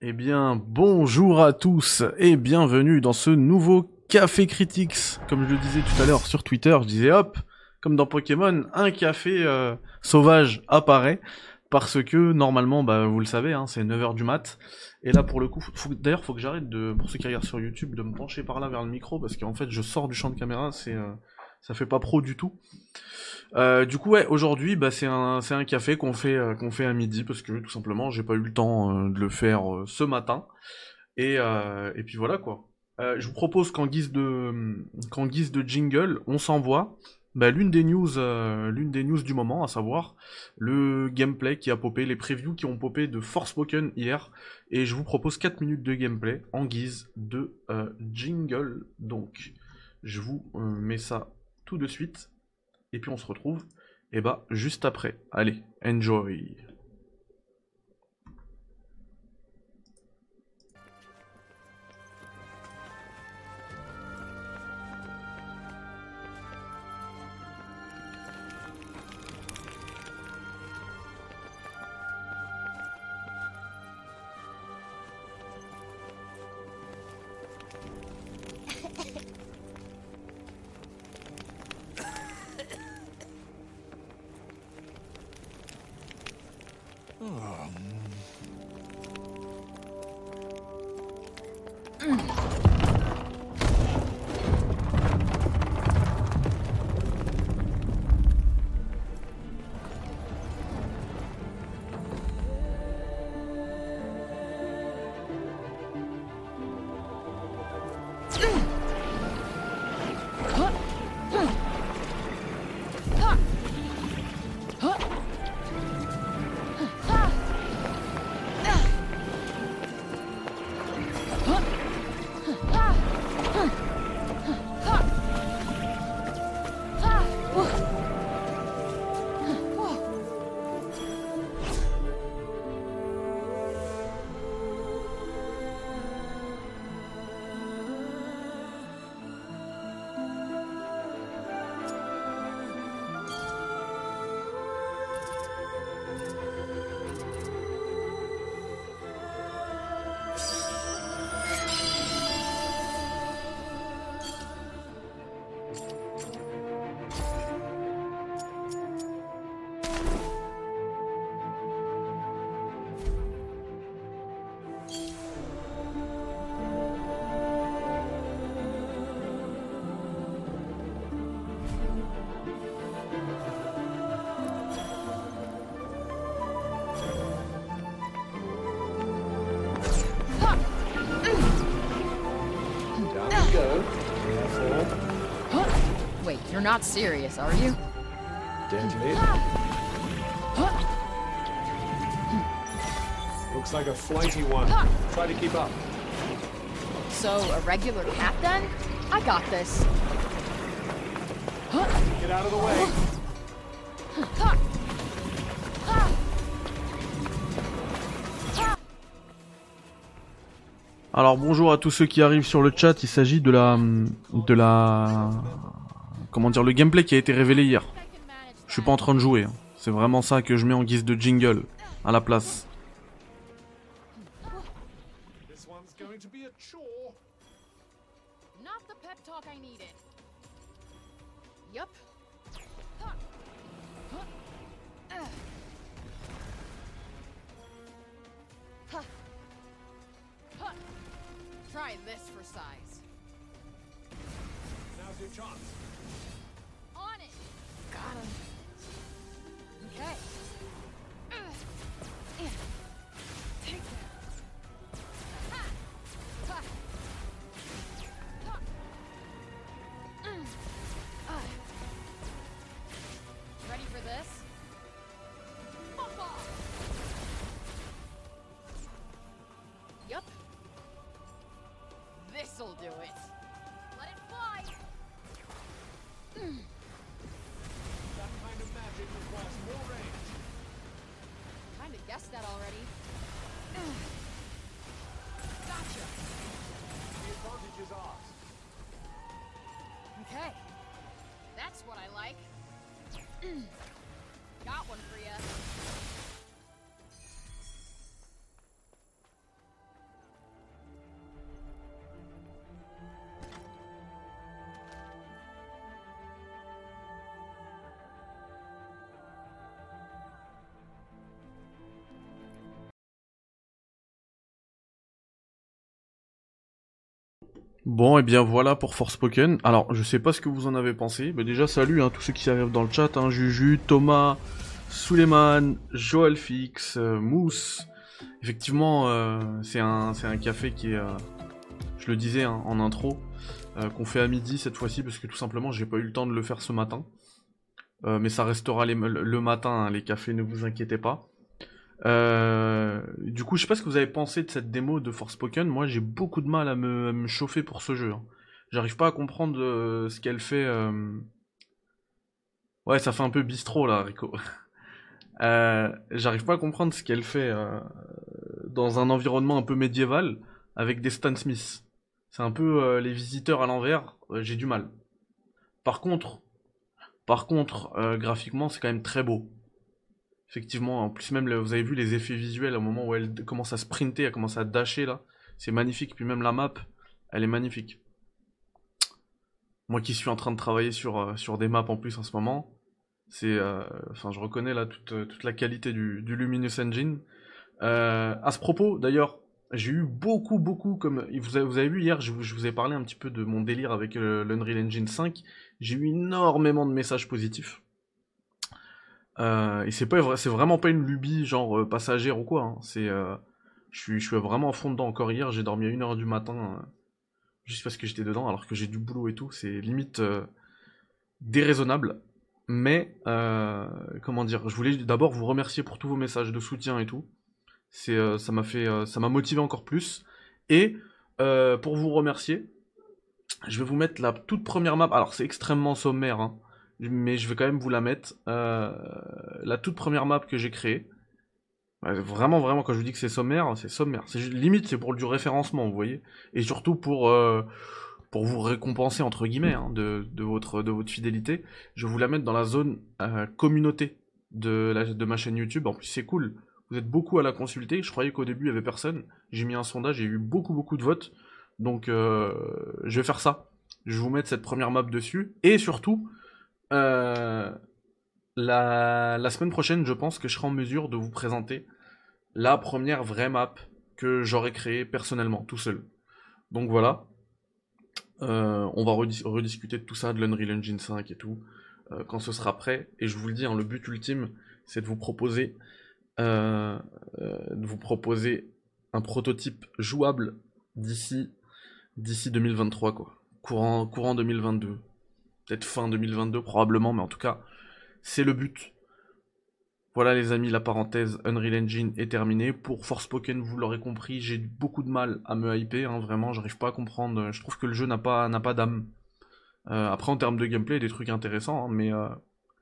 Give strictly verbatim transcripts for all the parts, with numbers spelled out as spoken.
Eh bien, bonjour à tous et bienvenue dans ce nouveau Café Critics. Comme je le disais tout à l'heure sur Twitter, je disais hop, comme dans Pokémon, un café euh, sauvage apparaît. Parce que normalement, bah vous le savez, hein, c'est neuf heures du mat. Et là pour le coup, faut, faut, d'ailleurs faut que j'arrête de, pour ceux qui regardent sur YouTube, de me pencher par là vers le micro, parce qu'en fait je sors du champ de caméra, c'est, euh, ça fait pas pro du tout. Euh, du coup ouais, aujourd'hui bah c'est un c'est un café qu'on fait euh, qu'on fait à midi parce que tout simplement j'ai pas eu le temps euh, de le faire euh, ce matin et euh, et puis voilà quoi. Euh, je vous propose qu'en guise de qu'en guise de jingle, on s'envoie bah, l'une des news euh, l'une des news du moment, à savoir le gameplay qui a popé, les previews qui ont popé de Forspoken hier, et je vous propose quatre minutes de gameplay en guise de euh, jingle. Donc je vous euh, mets ça tout de suite. Et puis on se retrouve, et bah, juste après. Allez, enjoy. Wait, you're not serious, are you? Deadly. Looks like a flighty one. Try to keep up. So, a regular cat then? I got this. Get out of the way. Alors bonjour à tous ceux qui arrivent sur le chat, il s'agit de la... de la... comment dire, le gameplay qui a été révélé hier. Je suis pas en train de jouer, hein. C'est vraiment ça que je mets en guise de jingle, à la place. This one's going to be a chore. Not the pep talk I needed. Yup. Try this for size. Now's your chance. On it. Got him. Okay. Take that. Ha. Ha. Ha. Mm. Ah. Ready for this? Pop off. Yup. This'll do it. Let it fly. Mm. That kind of magic requires more range. Kinda guessed that already. Gotcha. The advantage is ours. Okay. That's what I like. Got one for ya. Bon, et bien voilà pour Forspoken. Alors, je sais pas ce que vous en avez pensé. Mais déjà, salut hein, tous ceux qui arrivent dans le chat. Hein, Juju, Thomas, Suleiman, Joel Fix, euh, Mousse. Effectivement, euh, c'est un, c'est un café qui est, euh, je le disais hein, en intro, euh, qu'on fait à midi cette fois-ci parce que tout simplement, j'ai pas eu le temps de le faire ce matin. Euh, mais ça restera les, le matin, hein, les cafés, ne vous inquiétez pas. Euh, du coup, je sais pas ce que vous avez pensé de cette démo de Forspoken. Moi, j'ai beaucoup de mal à me, à me chauffer pour ce jeu. Hein. J'arrive pas à comprendre euh, ce qu'elle fait. euh, Ouais, ça fait un peu bistrot là, Rico. Euh, J'arrive pas à comprendre ce qu'elle fait euh, dans un environnement un peu médiéval avec des Stan Smith. C'est un peu euh, les visiteurs à l'envers. euh, j'ai du mal. Par contre, par contre, euh, graphiquement, c'est quand même très beau. Effectivement, en plus même, le- vous avez vu les effets visuels au moment où elle d- commence à sprinter, elle commence à dasher là. C'est magnifique. Puis même la map, elle est magnifique. Moi qui suis en train de travailler sur, euh, sur des maps en plus en ce moment, c'est, euh, enfin, je reconnais là toute, euh, toute la qualité du, du Luminous Engine. Euh, à ce propos, d'ailleurs, j'ai eu beaucoup, beaucoup, comme vous avez, vous avez vu hier, je, vous je vous ai parlé un petit peu de mon délire avec euh, l'Unreal Engine cinq. J'ai eu énormément de messages positifs. Euh, et c'est pas vrai, c'est vraiment pas une lubie genre euh, passagère ou quoi. Hein. C'est, euh, je suis, je suis vraiment à fond dedans encore hier. J'ai dormi à une heure du matin euh, juste parce que j'étais dedans, alors que j'ai du boulot et tout. C'est limite euh, déraisonnable. Mais euh, comment dire, je voulais d'abord vous remercier pour tous vos messages de soutien et tout. C'est, euh, ça m'a fait, euh, ça m'a motivé encore plus. Et euh, pour vous remercier, je vais vous mettre la toute première map. Alors c'est extrêmement sommaire, hein, mais je vais quand même vous la mettre. Euh, la toute première map que j'ai créée. Ouais, vraiment, vraiment, quand je vous dis que c'est sommaire, c'est sommaire. C'est ju- limite, c'est pour du référencement, vous voyez. Et surtout pour euh, pour vous récompenser entre guillemets hein, de, de votre de votre fidélité. Je vais vous la mettre dans la zone euh, communauté de la de ma chaîne YouTube. En plus, c'est cool. Vous êtes beaucoup à la consulter. Je croyais qu'au début il y avait personne. J'ai mis un sondage, j'ai eu beaucoup beaucoup de votes. Donc euh, je vais faire ça. Je vais vous mettre cette première map dessus. Et surtout, euh, la, la semaine prochaine, je pense que je serai en mesure de vous présenter la première vraie map que j'aurais créée personnellement, tout seul. Donc voilà, euh, on va redis- rediscuter de tout ça, de l'Unreal Engine cinq et tout, euh, quand ce sera prêt. Et je vous le dis, hein, le but ultime, c'est de vous proposer, euh, euh, de vous proposer un prototype jouable d'ici, d'ici deux mille vingt-trois, quoi. Courant, courant deux mille vingt-deux. Peut-être fin deux mille vingt-deux, probablement, mais en tout cas, c'est le but. Voilà les amis, la parenthèse Unreal Engine est terminée. Pour Forspoken, vous l'aurez compris, j'ai beaucoup de mal à me hyper, hein, vraiment, j'arrive pas à comprendre. Je trouve que le jeu n'a pas, n'a pas d'âme. Euh, après, en termes de gameplay, il y a des trucs intéressants, hein, mais euh,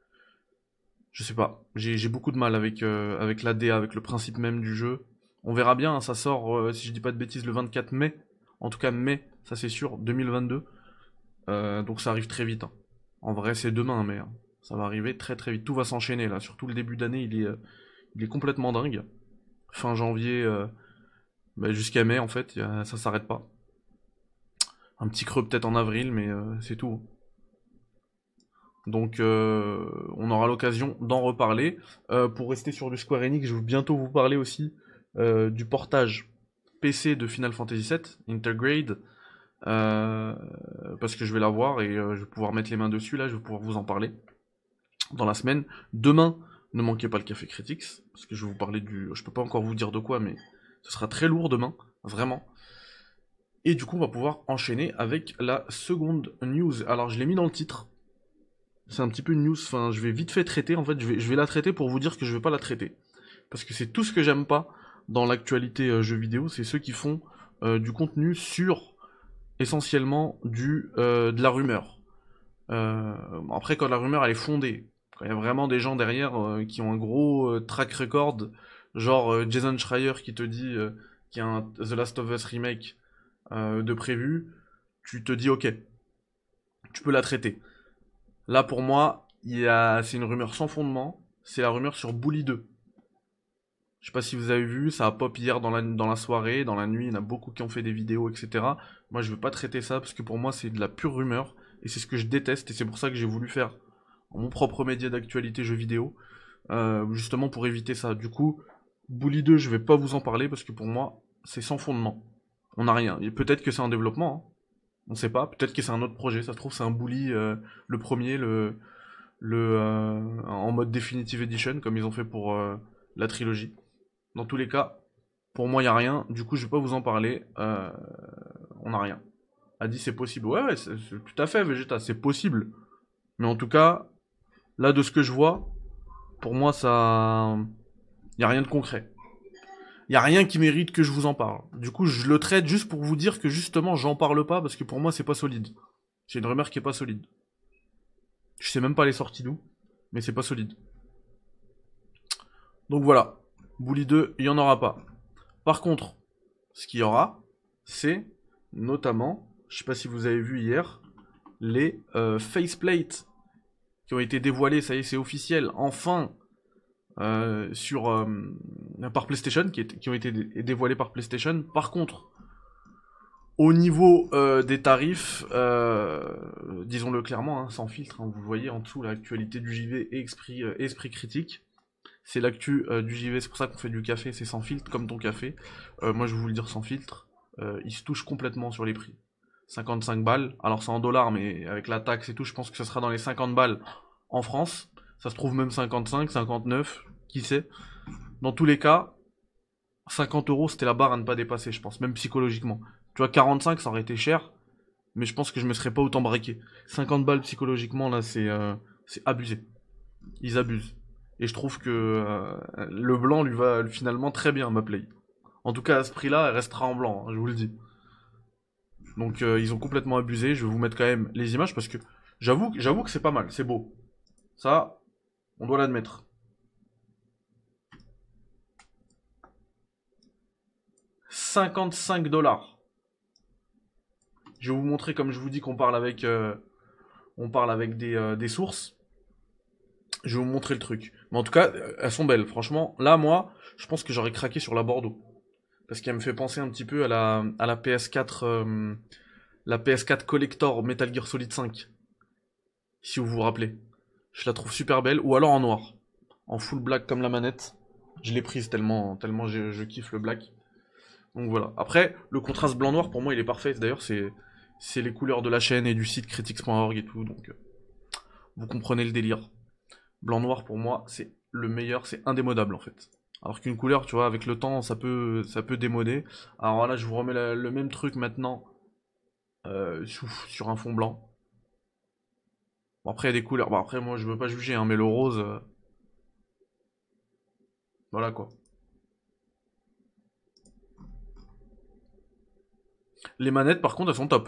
je sais pas. J'ai j'ai beaucoup de mal avec, euh, avec l'A D A, avec le principe même du jeu. On verra bien, hein, ça sort, euh, si je dis pas de bêtises, le vingt-quatre mai. En tout cas, mai, ça c'est sûr, deux mille vingt-deux. Euh, donc ça arrive très vite. Hein. En vrai, c'est demain, mais hein, ça va arriver très très vite. Tout va s'enchaîner là. Surtout le début d'année, il est, euh, il est complètement dingue. Fin janvier euh, bah, jusqu'à mai en fait, y a- ça s'arrête pas. Un petit creux peut-être en avril, mais euh, c'est tout. Donc euh, on aura l'occasion d'en reparler. Euh, pour rester sur du Square Enix, je vais bientôt vous parler aussi euh, du portage P C de Final Fantasy sept, Intergrade, euh, parce que je vais l'avoir et euh, je vais pouvoir mettre les mains dessus là, je vais pouvoir vous en parler dans la semaine. Demain, ne manquez pas le Café Critics, parce que je vais vous parler du... Je peux pas encore vous dire de quoi, mais ce sera très lourd demain, vraiment. Et du coup, on va pouvoir enchaîner avec la seconde news. Alors, je l'ai mis dans le titre. C'est un petit peu une news, enfin, je vais vite fait traiter, en fait, je vais, je vais la traiter pour vous dire que je vais pas la traiter. Parce que c'est tout ce que j'aime pas dans l'actualité euh, jeux vidéo, c'est ceux qui font euh, du contenu sur essentiellement du, euh, de la rumeur. Euh, bon, après, quand la rumeur elle est fondée, quand il y a vraiment des gens derrière euh, qui ont un gros euh, track record, genre euh, Jason Schreier qui te dit euh, qu'il y a un The Last of Us remake euh, de prévu, tu te dis ok, tu peux la traiter. Là pour moi, il y a, c'est une rumeur sans fondement, c'est la rumeur sur Bully deux. Je sais pas si vous avez vu, ça a pop hier dans la, dans la soirée, dans la nuit, il y en a beaucoup qui ont fait des vidéos, et cetera. Moi je veux pas traiter ça parce que pour moi c'est de la pure rumeur et c'est ce que je déteste et c'est pour ça que j'ai voulu faire mon propre média d'actualité jeux vidéo, euh, justement pour éviter ça. Du coup, Bully deux, je vais pas vous en parler parce que pour moi c'est sans fondement. On n'a rien. Et peut-être que c'est en développement, hein. On sait pas. Peut-être que c'est un autre projet. Ça se trouve, c'est un bully, euh, le premier, le, le, euh, en mode Definitive Edition, comme ils ont fait pour euh, la trilogie. Dans tous les cas, pour moi, il n'y a rien. Du coup, je vais pas vous en parler. Euh, on n'a rien. A dit c'est possible. Ouais, ouais, c'est c'est tout à fait, Vegeta, c'est possible. Mais en tout cas, là, de ce que je vois, pour moi, ça. Il n'y a rien de concret. Il n'y a rien qui mérite que je vous en parle. Du coup, je le traite juste pour vous dire que justement, j'en parle pas parce que pour moi, c'est pas solide. C'est une rumeur qui est pas solide. Je sais même pas les sorties d'où, mais c'est pas solide. Donc voilà. Bully deux, il y en aura pas. Par contre, ce qu'il y aura, c'est notamment, je sais pas si vous avez vu hier, les euh, faceplates qui ont été dévoilés, ça y est, c'est officiel, enfin, euh, sur, euh, par PlayStation, qui, est- qui ont été dé- dévoilés par PlayStation. Par contre, au niveau euh, des tarifs, euh, disons-le clairement, hein, sans filtre, hein, vous voyez en dessous l'actualité du J V et Esprit, euh, Esprit Critique. C'est l'actu euh, du J V, c'est pour ça qu'on fait du café, c'est sans filtre, comme ton café. Euh, moi je vais vous le dire sans filtre, euh, il se touche complètement sur les prix. cinquante-cinq balles, alors c'est en dollars, mais avec la taxe et tout, je pense que ça sera dans les cinquante balles en France. Ça se trouve même cinquante-cinq, cinquante-neuf, qui sait. Dans tous les cas, cinquante euros c'était la barre à ne pas dépasser, je pense, même psychologiquement. Tu vois, quarante-cinq ça aurait été cher, mais je pense que je me serais pas autant braqué. cinquante balles psychologiquement, là, c'est euh, c'est abusé. Ils abusent. Et je trouve que euh, le blanc lui va finalement très bien, ma play. En tout cas, à ce prix-là, elle restera en blanc, hein, je vous le dis. Donc euh, ils ont complètement abusé. Je vais vous mettre quand même les images parce que j'avoue, j'avoue que c'est pas mal, c'est beau. Ça, on doit l'admettre. cinquante-cinq dollars. Je vais vous montrer, comme je vous dis, qu'on parle avec, euh, on parle avec des, euh, des sources. Je vais vous montrer le truc. Mais en tout cas, euh, elles sont belles. Franchement, là, moi, je pense que j'aurais craqué sur la Bordeaux. Parce qu'elle me fait penser un petit peu à la, à la P S quatre, euh, la P S quatre Collector Metal Gear Solid cinq. Si vous vous rappelez. Je la trouve super belle. Ou alors en noir. En full black comme la manette. Je l'ai prise tellement, tellement je, je kiffe le black. Donc voilà. Après, le contraste blanc-noir, pour moi, il est parfait. D'ailleurs, c'est, c'est les couleurs de la chaîne et du site critics point org et tout. Donc, euh, vous comprenez le délire. Blanc-noir, pour moi, c'est le meilleur. C'est indémodable, en fait. Alors qu'une couleur, tu vois, avec le temps, ça peut, ça peut démoder. Alors là, je vous remets la- le même truc maintenant euh, sur, sur un fond blanc. Bon, après, il y a des couleurs. Bon, après, moi, je veux pas juger, hein, mais le rose, euh, voilà quoi. Les manettes, par contre, elles sont top.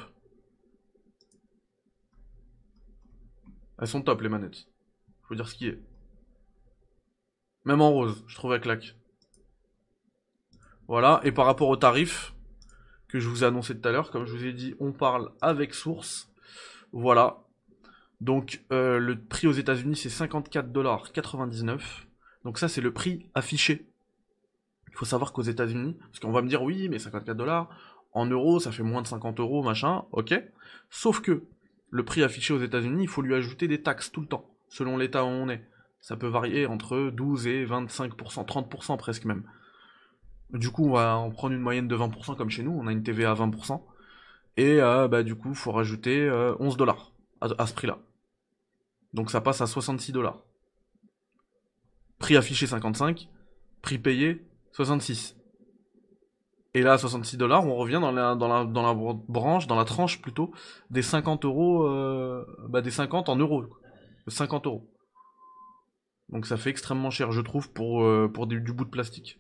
Elles sont top, les manettes. Faut dire ce qui est. Même en rose, je trouve, elles claquent. Voilà, et par rapport au tarif que je vous ai annoncé tout à l'heure, comme je vous ai dit, on parle avec source. Voilà. Donc, euh, le prix aux États-Unis c'est cinquante-quatre dollars quatre-vingt-dix-neuf. Donc, ça, c'est le prix affiché. Il faut savoir qu'aux États-Unis, parce qu'on va me dire oui, mais cinquante-quatre dollars, en euros, ça fait moins de cinquante euros, machin, ok. Sauf que le prix affiché aux États-Unis, il faut lui ajouter des taxes tout le temps, selon l'état où on est. Ça peut varier entre douze et vingt-cinq pour cent, trente pour cent presque même. Du coup, on va en prendre une moyenne de vingt pour cent comme chez nous, on a une T V A à vingt pour cent. Et euh, bah, du coup, il faut rajouter euh, onze dollars à, à ce prix-là. Donc ça passe à soixante-six dollars. Prix affiché cinquante-cinq, prix payé soixante-six. Et là, à soixante-six dollars, on revient dans la, dans la, dans la branche, dans la tranche plutôt, des cinquante euros, euh, bah des cinquante en euros. Quoi. cinquante euros. Donc ça fait extrêmement cher, je trouve, pour, euh, pour du, du bout de plastique.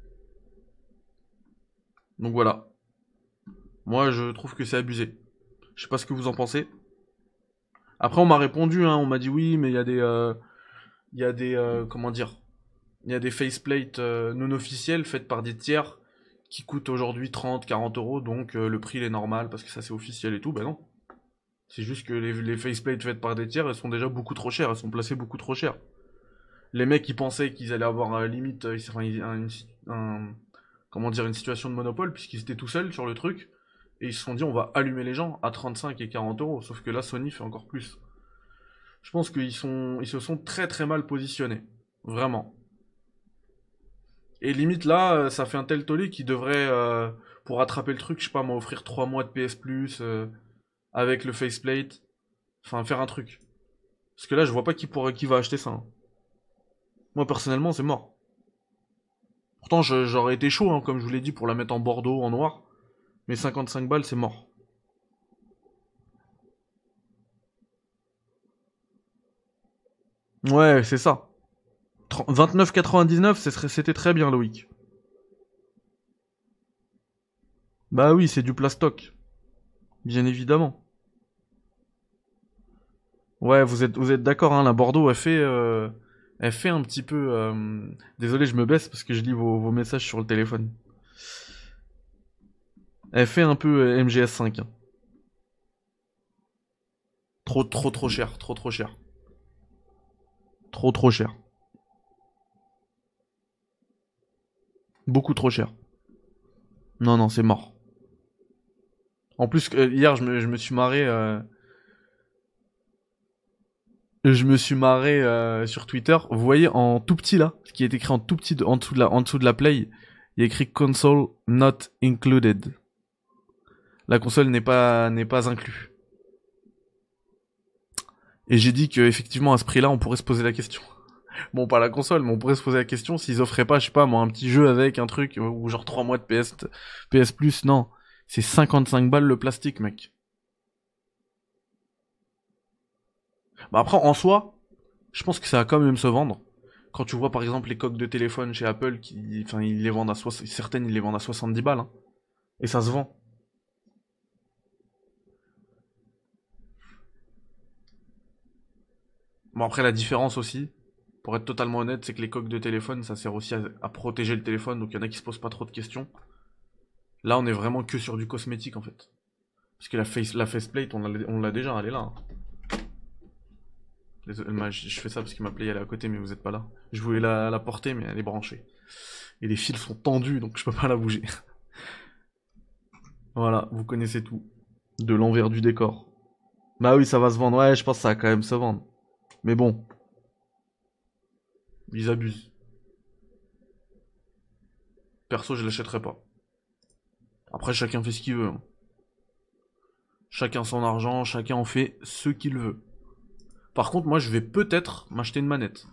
Donc voilà. Moi, je trouve que c'est abusé. Je sais pas ce que vous en pensez. Après, on m'a répondu, hein, on m'a dit oui, mais il y a des, euh, il y a des, euh, comment dire, il y a des faceplates euh, non officiels faites par des tiers qui coûtent aujourd'hui trente, quarante euros, donc euh, le prix il est normal parce que ça c'est officiel et tout. Ben non. C'est juste que les, les faceplates faites par des tiers, elles sont déjà beaucoup trop chères, elles sont placées beaucoup trop chères. Les mecs qui pensaient qu'ils allaient avoir euh, limite, euh, enfin, un, un- comment dire, une situation de monopole puisqu'ils étaient tout seuls sur le truc et ils se sont dit on va allumer les gens à trente-cinq et quarante euros. Sauf que là Sony fait encore plus. Je pense qu'ils sont, ils se sont très très mal positionnés, vraiment. Et limite là, euh, ça fait un tel tollé qui devrait, euh, pour rattraper le truc, je sais pas, m'offrir trois mois de P S Plus. euh, avec le faceplate. Enfin, faire un truc. Parce que là, je vois pas qui, pourrait, qui va acheter ça. Hein. Moi, personnellement, c'est mort. Pourtant, je- j'aurais été chaud, hein, comme je vous l'ai dit, pour la mettre en bordeaux, en noir. Mais cinquante-cinq balles, c'est mort. Ouais, c'est ça. vingt-neuf quatre-vingt-dix-neuf, ce serait- c'était très bien, Loïc. Bah oui, c'est du plastoc. Bien évidemment. Ouais, vous êtes, vous êtes d'accord, hein, la Bordeaux, elle fait, euh, elle fait un petit peu... euh, Désolé, je me baisse parce que je lis vos, vos messages sur le téléphone. Elle fait un peu euh, M G S cinq. Hein. Trop, trop, trop cher, trop, trop cher. Trop, trop cher. Beaucoup trop cher. Non, non, c'est mort. En plus, euh, hier, je me, je me suis marré... euh, Je me suis marré euh, sur Twitter. Vous voyez en tout petit là, ce qui est écrit en tout petit de- en, dessous de la, en dessous de la play, il y a écrit console not included. La console n'est pas n'est pas inclus. Et j'ai dit que effectivement à ce prix-là, on pourrait se poser la question. Bon, pas la console, mais on pourrait se poser la question s'ils offraient pas, je sais pas moi, un petit jeu avec un truc ou genre trois mois de P S P S Plus. Non, c'est cinquante-cinq balles le plastique, mec. Bah après en soi, je pense que ça va quand même se vendre. Quand tu vois par exemple les coques de téléphone chez Apple, qui, enfin ils les vendent à soix- certaines ils les vendent à soixante-dix balles, hein, et ça se vend. Bon après la différence aussi, pour être totalement honnête, c'est que les coques de téléphone ça sert aussi à, à protéger le téléphone, donc il y en a qui se posent pas trop de questions. Là on est vraiment que sur du cosmétique en fait, parce que la face la faceplate on l'a on l'a déjà, elle est là. Hein. Désolé, ma- je je fais ça parce qu'il m'a appelé, elle est à côté mais vous êtes pas là. Je voulais la, la porter mais elle est branchée. Et les fils sont tendus donc je peux pas la bouger. Voilà, vous connaissez tout. De l'envers du décor. Bah oui, ça va se vendre. Ouais, je pense que ça va quand même se vendre. Mais bon, ils abusent. Perso, je l'achèterai pas. Après, chacun fait ce qu'il veut. Hein. Chacun son argent, chacun en fait ce qu'il veut. Par contre, moi, je vais peut-être m'acheter une manette.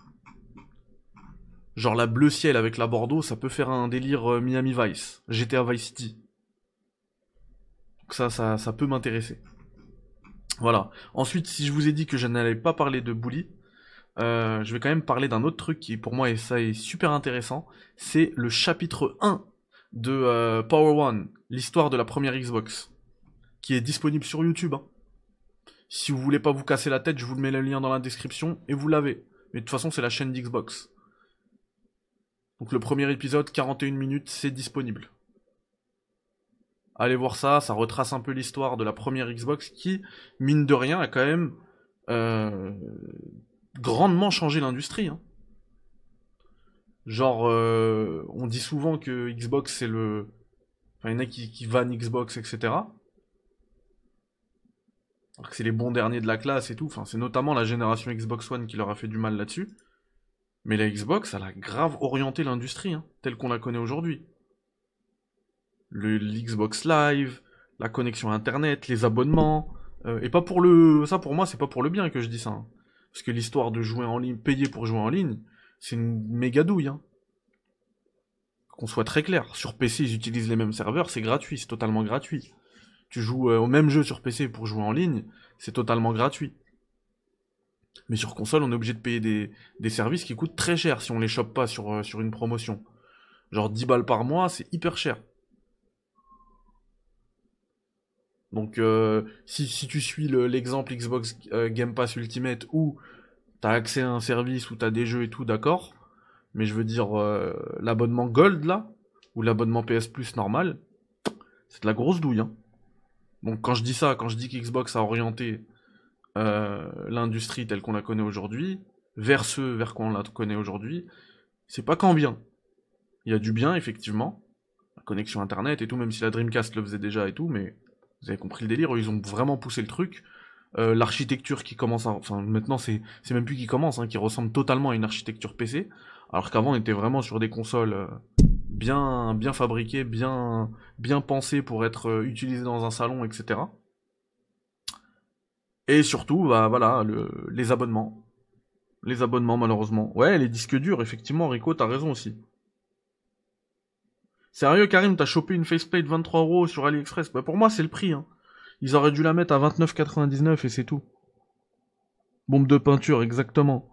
Genre la bleu ciel avec la Bordeaux, ça peut faire un délire euh, Miami Vice, G T A Vice City. Donc ça, ça, ça peut m'intéresser. Voilà. Ensuite, si je vous ai dit que je n'allais pas parler de Bully, euh, je vais quand même parler d'un autre truc qui, pour moi, et ça est super intéressant. C'est le chapitre un de euh, Power One, l'histoire de la première Xbox, qui est disponible sur YouTube. Hein. Si vous voulez pas vous casser la tête, je vous mets le lien dans la description et vous l'avez. Mais de toute façon, c'est la chaîne d'Xbox. Donc le premier épisode, quarante et une minutes, c'est disponible. Allez voir ça, ça retrace un peu l'histoire de la première Xbox qui, mine de rien, a quand même euh, grandement changé l'industrie. Hein. Genre, euh, on dit souvent que Xbox c'est le... Enfin, il y en a qui, qui vannent Xbox, et cetera. Alors que c'est les bons derniers de la classe et tout. Enfin, c'est notamment la génération Xbox One qui leur a fait du mal là-dessus. Mais la Xbox, elle a grave orienté l'industrie, hein, telle qu'on la connaît aujourd'hui. Le l'Xbox Live, la connexion Internet, les abonnements. euh, et pas pour le... Ça, pour moi, c'est pas pour le bien que je dis ça. Hein. Parce que l'histoire de jouer en ligne, payer pour jouer en ligne, c'est une méga douille. Hein. Qu'on soit très clair. Sur P C, ils utilisent les mêmes serveurs, c'est gratuit, c'est totalement gratuit. Tu joues euh, au même jeu sur P C pour jouer en ligne, c'est totalement gratuit. Mais sur console, on est obligé de payer des, des services qui coûtent très cher si on les chope pas sur, euh, sur une promotion. Genre dix balles par mois, c'est hyper cher. Donc euh, si, si tu suis le- l'exemple Xbox euh, Game Pass Ultimate où t'as accès à un service, où t'as des jeux et tout, d'accord. Mais je veux dire, euh, l'abonnement Gold là, ou l'abonnement P S Plus normal, c'est de la grosse douille. Hein. Donc quand je dis ça, quand je dis qu'Xbox a orienté euh, l'industrie telle qu'on la connaît aujourd'hui, vers ce vers quoi on la connaît aujourd'hui, c'est pas qu'en bien. Il y a du bien, effectivement, la connexion internet et tout, même si la Dreamcast le faisait déjà et tout, mais vous avez compris le délire, ils ont vraiment poussé le truc. Euh, l'architecture qui commence à... Enfin, maintenant, c'est c'est même plus qui commence, hein, qui ressemble totalement à une architecture P C, alors qu'avant, on était vraiment sur des consoles euh, bien, bien fabriquées, bien, bien pensées pour être euh, utilisées dans un salon, et cetera. Et surtout, bah voilà, le, les abonnements. Les abonnements, malheureusement. Ouais, les disques durs, effectivement, Rico, t'as raison aussi. Sérieux, Karim, t'as chopé une faceplate vingt-trois euros sur AliExpress. Bah pour moi, c'est le prix, hein. Ils auraient dû la mettre à vingt-neuf quatre-vingt-dix-neuf et c'est tout. Bombe de peinture, exactement.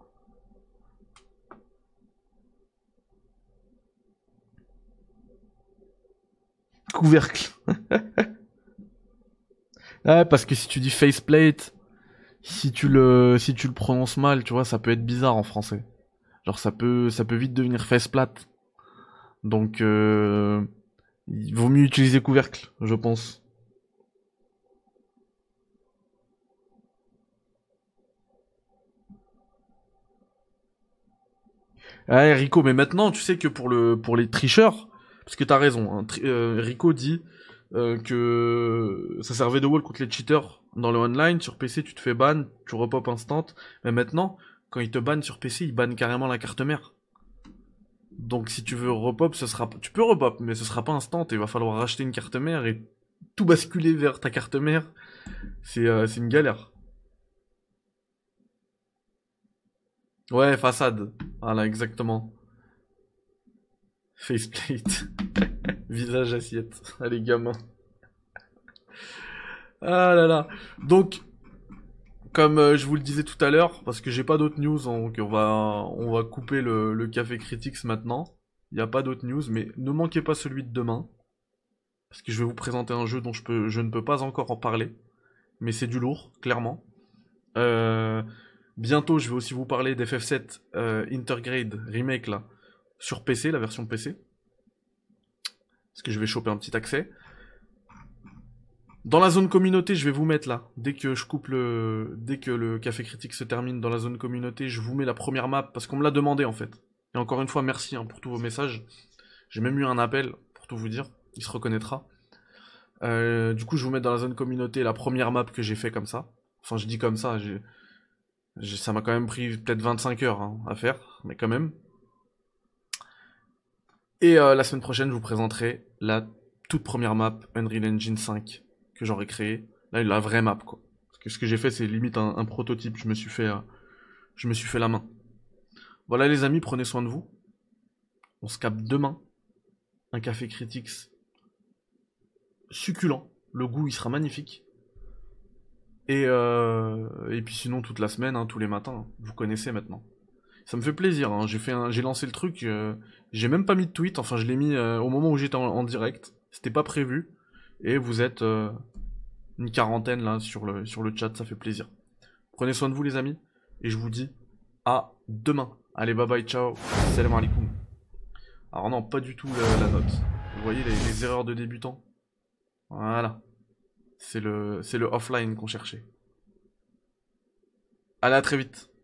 Couvercle. Ouais, parce que si tu dis faceplate, si tu le, si tu le prononces mal, tu vois, ça peut être bizarre en français. Genre, ça peut, ça peut vite devenir faceplate. Donc, euh, il vaut mieux utiliser couvercle, je pense. Ouais, Rico, mais maintenant, tu sais que pour le, pour les tricheurs, parce que t'as raison, hein, tri- euh, Rico dit euh, que ça servait de wall contre les cheaters dans le online. Sur P C, tu te fais ban, tu repop instant. Mais maintenant, quand ils te bannent sur P C, ils bannent carrément la carte mère. Donc si tu veux repop, ce sera, tu peux repop, mais ce sera pas instant. Il va falloir racheter une carte mère et tout basculer vers ta carte mère. C'est, euh, c'est une galère. Ouais, façade. Voilà, exactement. Faceplate. Visage assiette. Allez, gamin. Ah là là. Donc, comme euh, je vous le disais tout à l'heure, parce que j'ai pas d'autres news, donc on va, on va couper le, le Café Critics maintenant. Il n'y a pas d'autres news, mais ne manquez pas celui de demain. Parce que je vais vous présenter un jeu dont je, peux, je ne peux pas encore en parler. Mais c'est du lourd, clairement. Euh, bientôt, je vais aussi vous parler d'F F sept euh, Intergrade Remake, là, sur P C, la version P C. Parce que je vais choper un petit accès. Dans la zone communauté, je vais vous mettre là, dès que je coupe le, dès que le Café Critique se termine dans la zone communauté, je vous mets la première map, parce qu'on me l'a demandé en fait. Et encore une fois, merci hein, pour tous vos messages. J'ai même eu un appel, pour tout vous dire, il se reconnaîtra. Euh, du coup, je vous mets dans la zone communauté la première map que j'ai fait comme ça. Enfin, je dis comme ça, j'ai, j'ai- ça m'a quand même pris peut-être vingt-cinq heures hein, à faire, mais quand même. Et euh, la semaine prochaine, je vous présenterai la toute première map Unreal Engine cinq que j'aurais créée. Là, la vraie map, quoi. Parce que ce que j'ai fait, c'est limite un, un prototype. Je me suis fait, euh, je me suis fait la main. Voilà, les amis, prenez soin de vous. On se capte demain. Un café Critics succulent. Le goût, il sera magnifique. Et, euh, et puis sinon, toute la semaine, hein, tous les matins. Vous connaissez maintenant. Ça me fait plaisir, hein. J'ai fait un... j'ai lancé le truc, euh, j'ai même pas mis de tweet, enfin je l'ai mis euh, au moment où j'étais en, en direct. C'était pas prévu. Et vous êtes euh, une quarantaine là sur le, sur le chat, ça fait plaisir. Prenez soin de vous les amis, et je vous dis à demain. Allez bye bye, ciao, salam alaikum. Alors non, pas du tout la, la note. Vous voyez les, les erreurs de débutants. Voilà. C'est le, c'est le offline qu'on cherchait. Allez, à très vite.